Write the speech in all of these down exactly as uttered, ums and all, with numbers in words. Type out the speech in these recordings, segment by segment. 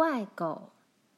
怪狗。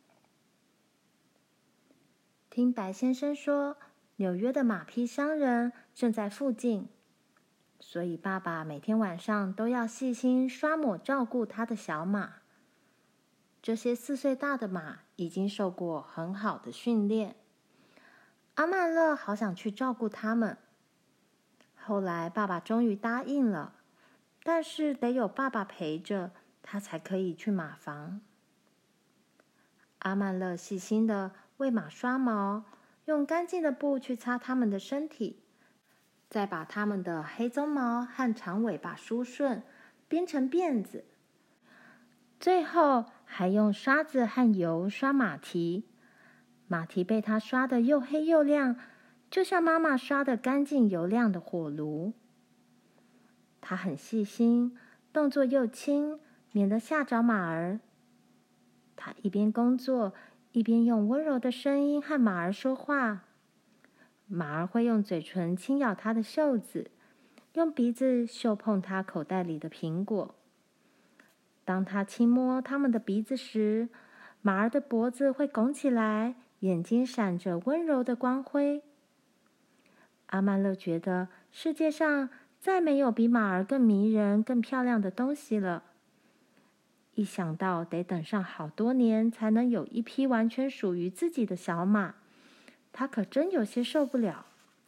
听白先生说，纽约的马匹商人正在附近，所以爸爸每天晚上都要细心刷抹照顾他的小马。这些四岁大的马已经受过很好的训练。阿曼乐好想去照顾他们。后来爸爸终于答应了，但是得有爸爸陪着，他才可以去马房。阿曼乐细心地为马刷毛，用干净的布去擦它们的身体，再把它们的黑鬃毛和长尾巴梳顺，编成辫子。最后还用刷子和油刷马蹄，马蹄被他刷得又黑又亮，就像妈妈刷得干净油亮的火炉。他很细心，动作又轻，免得吓着马儿。他一边工作，一边用温柔的声音和马儿说话。马儿会用嘴唇轻咬他的袖子，用鼻子嗅碰他口袋里的苹果。当他轻摸它们的鼻子时，马儿的脖子会拱起来，眼睛闪着温柔的光辉。阿曼乐觉得世界上再没有比马儿更迷人、更漂亮的东西了。一想到得等上好多年才能有一匹完全属于自己的小马，他可真有些受不了。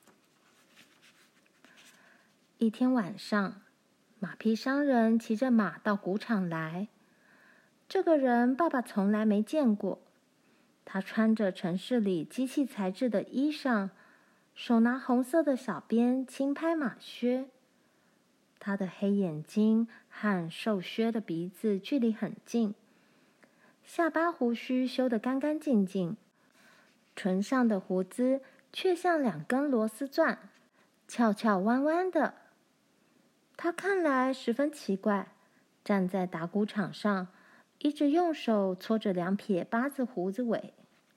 一天晚上，马匹商人骑着马到谷场来。这个人爸爸从来没见过。他穿着城市里机器材质的衣裳，手拿红色的小鞭轻拍马靴。他的黑眼睛和瘦削的鼻子距离很近，下巴胡须修得干干净净，唇上的胡子却像两根螺丝钻，翘翘弯弯的。他看来十分奇怪，站在打谷场上，一直用手搓着两撇八字胡子尾。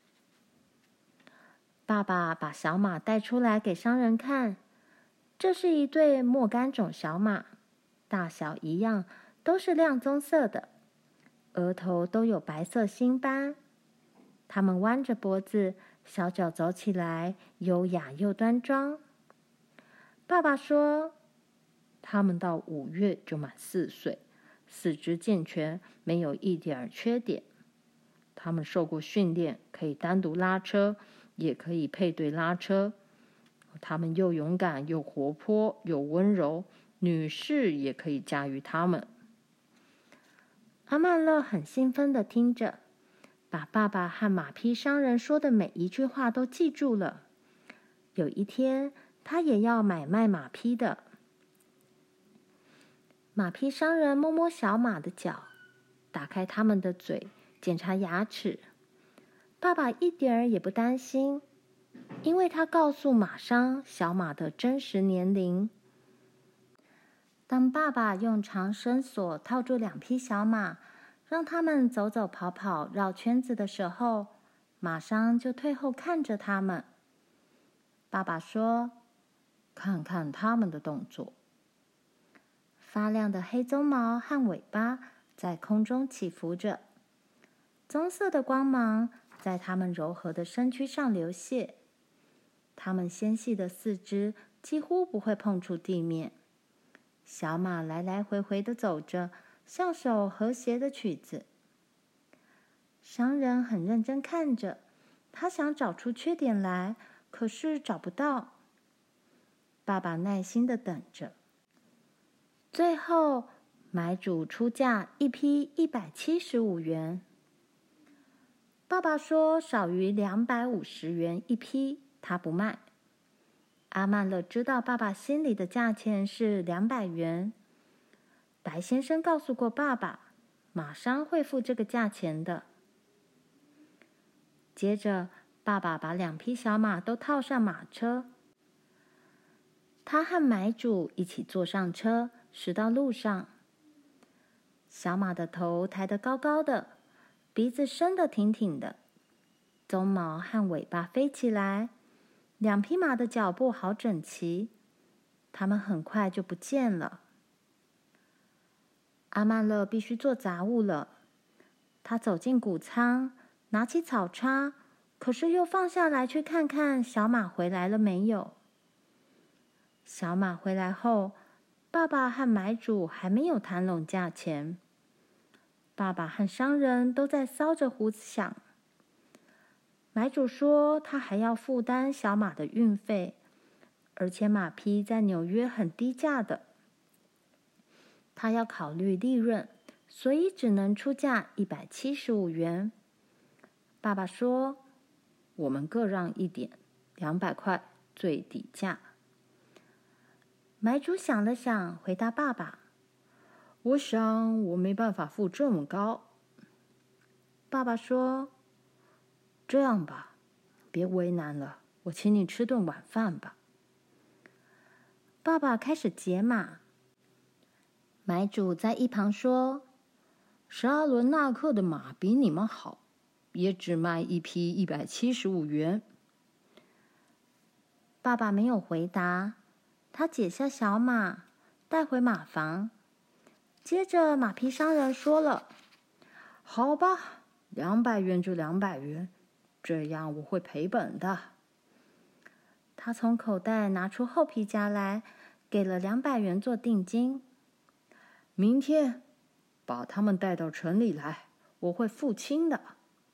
爸爸把小马带出来给商人看，这是一对莫甘种小马，大小一样，都是亮棕色的，额头都有白色星斑。它们弯着脖子，小脚走起来优雅又端庄。爸爸说，他们到五月就满四岁，四肢健全，没有一点缺点。他们受过训练，可以单独拉车，也可以配对拉车。他们又勇敢又活泼又温柔，女士也可以驾驭他们。阿曼乐很兴奋地听着，把爸爸和马匹商人说的每一句话都记住了。有一天，他也要买卖马匹的。马匹商人摸摸小马的脚，打开他们的嘴，检查牙齿。爸爸一点儿也不担心，因为他告诉马商小马的真实年龄。当爸爸用长绳索套住两匹小马，让他们走走跑跑绕圈子的时候，马商就退后看着他们。爸爸说，看看他们的动作。发亮的黑鬃毛和尾巴在空中起伏着，棕色的光芒在它们柔和的身躯上流泻。它们纤细的四肢几乎不会碰触地面。小马来来回回地走着，像首和谐的曲子。商人很认真看着，他想找出缺点来，可是找不到。爸爸耐心地等着。最后，买主出价一匹一百七十五元。爸爸说少于两百五十元一匹，他不卖。阿曼乐知道爸爸心里的价钱是两百元。白先生告诉过爸爸，马商会付这个价钱的。接着，爸爸把两匹小马都套上马车。他和买主一起坐上车，驶到路上。小马的头抬得高高的，鼻子伸得挺挺的，鬃毛和尾巴飞起来。两匹马的脚步好整齐，它们很快就不见了。阿曼乐必须做杂物了。 他走进谷仓，拿起草叉，可是又放下来去看看小马回来了没有。小马回来后，爸爸和买主还没有谈拢价钱。爸爸和商人都在搔着胡子想。买主说他还要负担小马的运费，而且马匹在纽约很低价的。他要考虑利润，所以只能出价一百七十五元。爸爸说：“我们各让一点，两百块最底价。”买主想了想，回答爸爸：“我想我没办法付这么高。”爸爸说：“这样吧，别为难了，我请你吃顿晚饭吧。”爸爸开始解码。买主在一旁说：“沙伦纳克的马比你们好，也只卖一匹一百七十五元。”爸爸没有回答，他解下小马，带回马房。接着马匹商人说了：“好吧，两百元就两百元，这样我会赔本的。”他从口袋拿出厚皮夹来，给了两百元做定金。明天把他们带到城里来，我会付清的。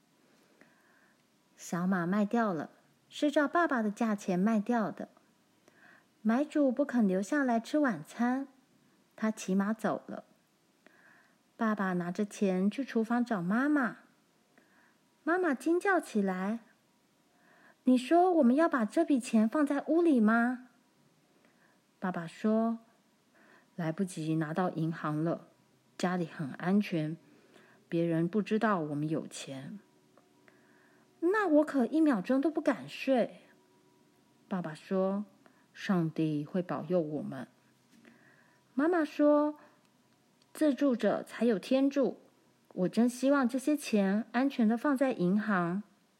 小马卖掉了，是照爸爸的价钱卖掉的。买主不肯留下来吃晚餐，他骑马走了。爸爸拿着钱去厨房找妈妈。妈妈惊叫起来：“你说我们要把这笔钱放在屋里吗？”爸爸说：“来不及拿到银行了，家里很安全，别人不知道我们有钱。”那我可一秒钟都不敢睡。爸爸说：“上帝会保佑我们。”妈妈说：“自助者才有天助，我真希望这些钱安全的放在银行。”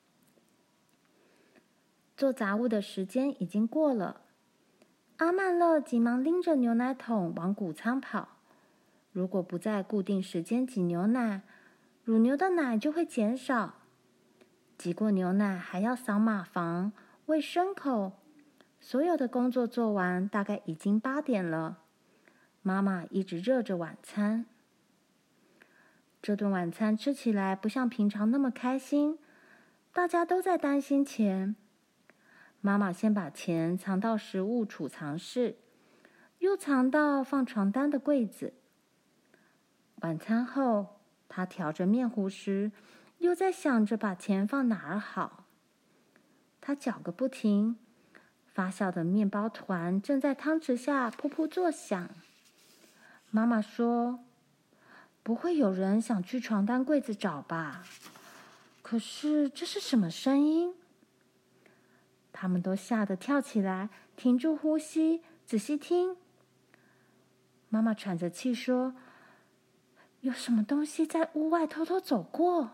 做杂物的时间已经过了。阿曼勒急忙拎着牛奶桶往谷仓跑。如果不在固定时间挤牛奶，乳牛的奶就会减少。挤过牛奶还要扫马房、喂牲口，所有的工作做完，大概已经八点了。妈妈一直热着晚餐。这顿晚餐吃起来不像平常那么开心，大家都在担心钱。妈妈先把钱藏到食物储藏室，又藏到放床单的柜子。晚餐后，她调着面糊时，又在想着把钱放哪儿好。她搅个不停，发酵的面包团正在汤匙下噗噗作响。妈妈说：“不会有人想去床单柜子找吧？可是这是什么声音？”他们都吓得跳起来，停住呼吸，仔细听。妈妈喘着气说：“有什么东西在屋外偷偷走过。”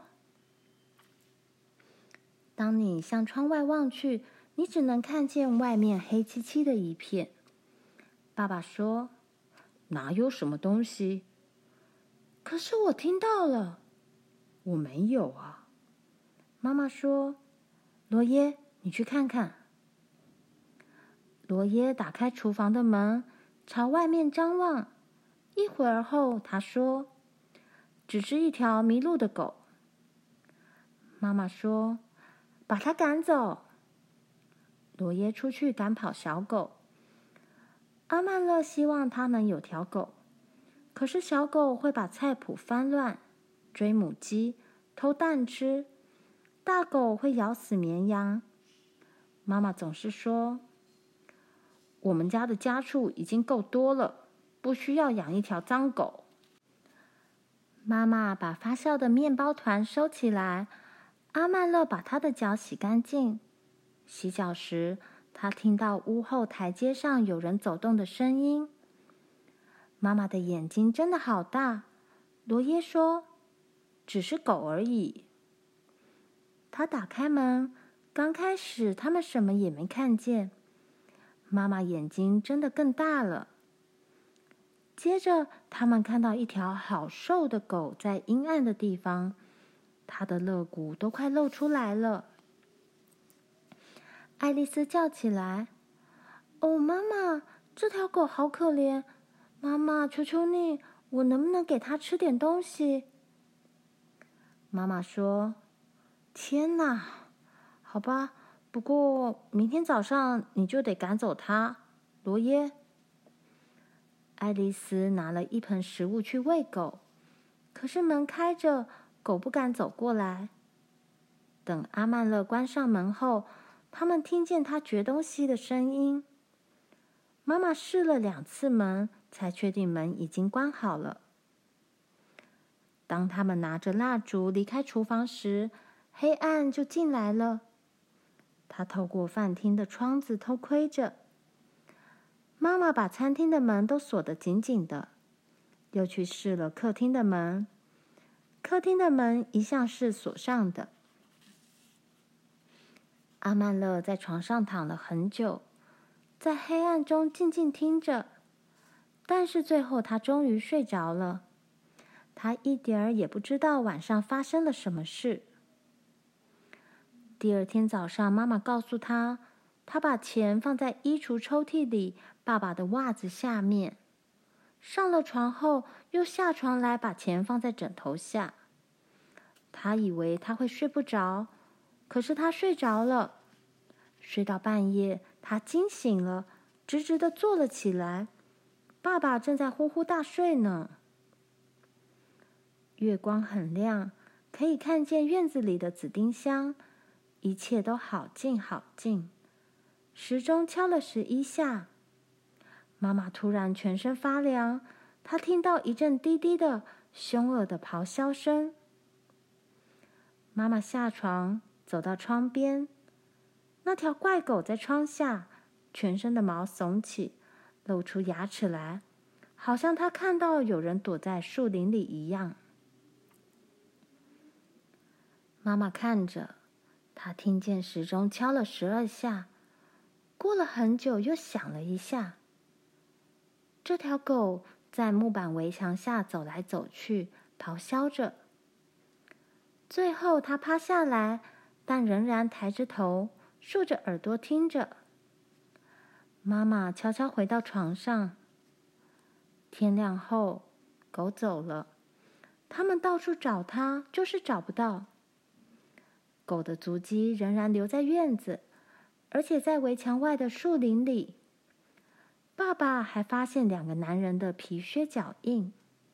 当你向窗外望去，你只能看见外面黑漆漆的一片。爸爸说：“哪有什么东西？”可是我听到了。我没有啊。妈妈说：“罗耶，你去看看。”罗耶打开厨房的门，朝外面张望。一会儿后，他说：“只是一条迷路的狗。”妈妈说：“把它赶走。”罗耶出去赶跑小狗。阿曼勒希望他能有条狗，可是小狗会把菜谱翻乱，追母鸡，偷蛋吃。大狗会咬死绵羊。妈妈总是说：“我们家的家畜已经够多了，不需要养一条脏狗。”妈妈把发酵的面包团收起来。阿曼勒把他的脚洗干净。洗脚时，他听到屋后台阶上有人走动的声音。妈妈的眼睛真的好大。罗耶说：“只是狗而已。”他打开门，刚开始他们什么也没看见。妈妈眼睛真的更大了。接着，他们看到一条好瘦的狗在阴暗的地方， 她的肋骨都快露出来了。爱丽丝叫起来：“哦，妈妈，这条狗好可怜！妈妈，求求你，我能不能给它吃点东西？”妈妈说：“天哪，好吧，不过明天早上你就得赶走它，罗耶。”爱丽丝拿了一盆食物去喂狗，可是门开着，狗不敢走过来。等阿曼勒关上门后，他们听见他掘东西的声音。妈妈试了两次门，才确定门已经关好了。当他们拿着蜡烛离开厨房时，黑暗就进来了。他透过饭厅的窗子偷窥着。妈妈把餐厅的门都锁得紧紧的，又去试了客厅的门。客厅的门一向是锁上的。阿曼勒在床上躺了很久，在黑暗中静静听着，但是最后他终于睡着了。他一点儿也不知道晚上发生了什么事。第二天早上，妈妈告诉他，他把钱放在衣橱抽屉里爸爸的袜子下面。上了床后，又下床来把钱放在枕头下。他以为他会睡不着，可是他睡着了。睡到半夜，他惊醒了，直直地坐了起来。爸爸正在呼呼大睡呢。月光很亮，可以看见院子里的紫丁香，一切都好静好静。时钟敲了十一下，妈妈突然全身发凉，她听到一阵低低的、凶恶的咆哮声。妈妈下床，走到窗边，那条怪狗在窗下，全身的毛耸起，露出牙齿来，好像它看到有人躲在树林里一样。妈妈看着，她听见时钟敲了十二下，过了很久又响了一下。这条狗在木板围墙下走来走去，咆哮着。最后它趴下来，但仍然抬着头，竖着耳朵听着。妈妈悄悄回到床上。天亮后，狗走了，他们到处找它，就是找不到。狗的足迹仍然留在院子，而且在围墙外的树林里。爸爸还发现两个男人的皮靴脚印。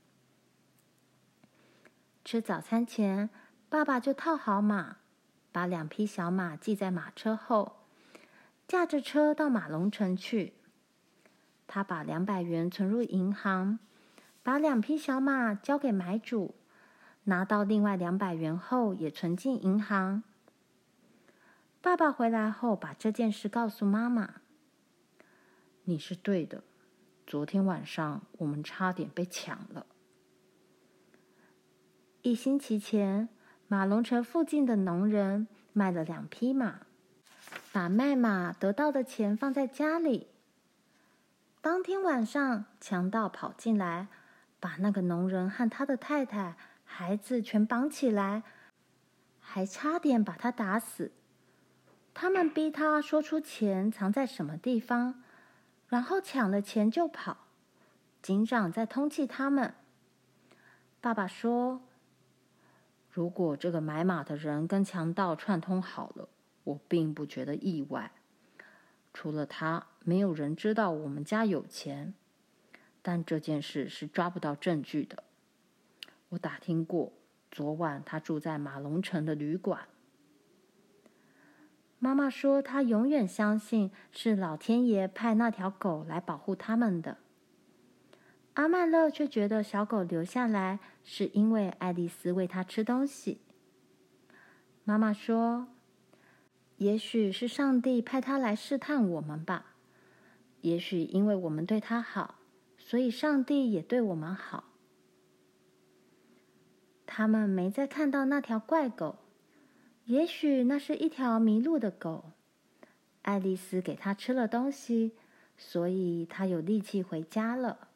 吃早餐前，爸爸就套好马，把两匹小马系在马车后，驾着车到马龙城去。他把两百元存入银行，把两匹小马交给买主，拿到另外两百元后也存进银行。爸爸回来后把这件事告诉妈妈。你是对的，昨天晚上我们差点被抢了。一星期前，马龙城附近的农人卖了两匹马，把卖马得到的钱放在家里。当天晚上，强盗跑进来，把那个农人和他的太太、孩子全绑起来，还差点把他打死。他们逼他说出钱藏在什么地方，然后抢了钱就跑。警长在通缉他们。爸爸说，如果这个买马的人跟强盗串通好了，我并不觉得意外。除了他，没有人知道我们家有钱，但这件事是抓不到证据的。我打听过，昨晚他住在马龙城的旅馆。妈妈说，她永远相信是老天爷派那条狗来保护他们的。阿曼勒却觉得小狗留下来是因为爱丽丝喂它吃东西。妈妈说，也许是上帝派他来试探我们吧。也许因为我们对他好，所以上帝也对我们好。他们没再看到那条怪狗，也许那是一条迷路的狗。爱丽丝给它吃了东西，所以它有力气回家了。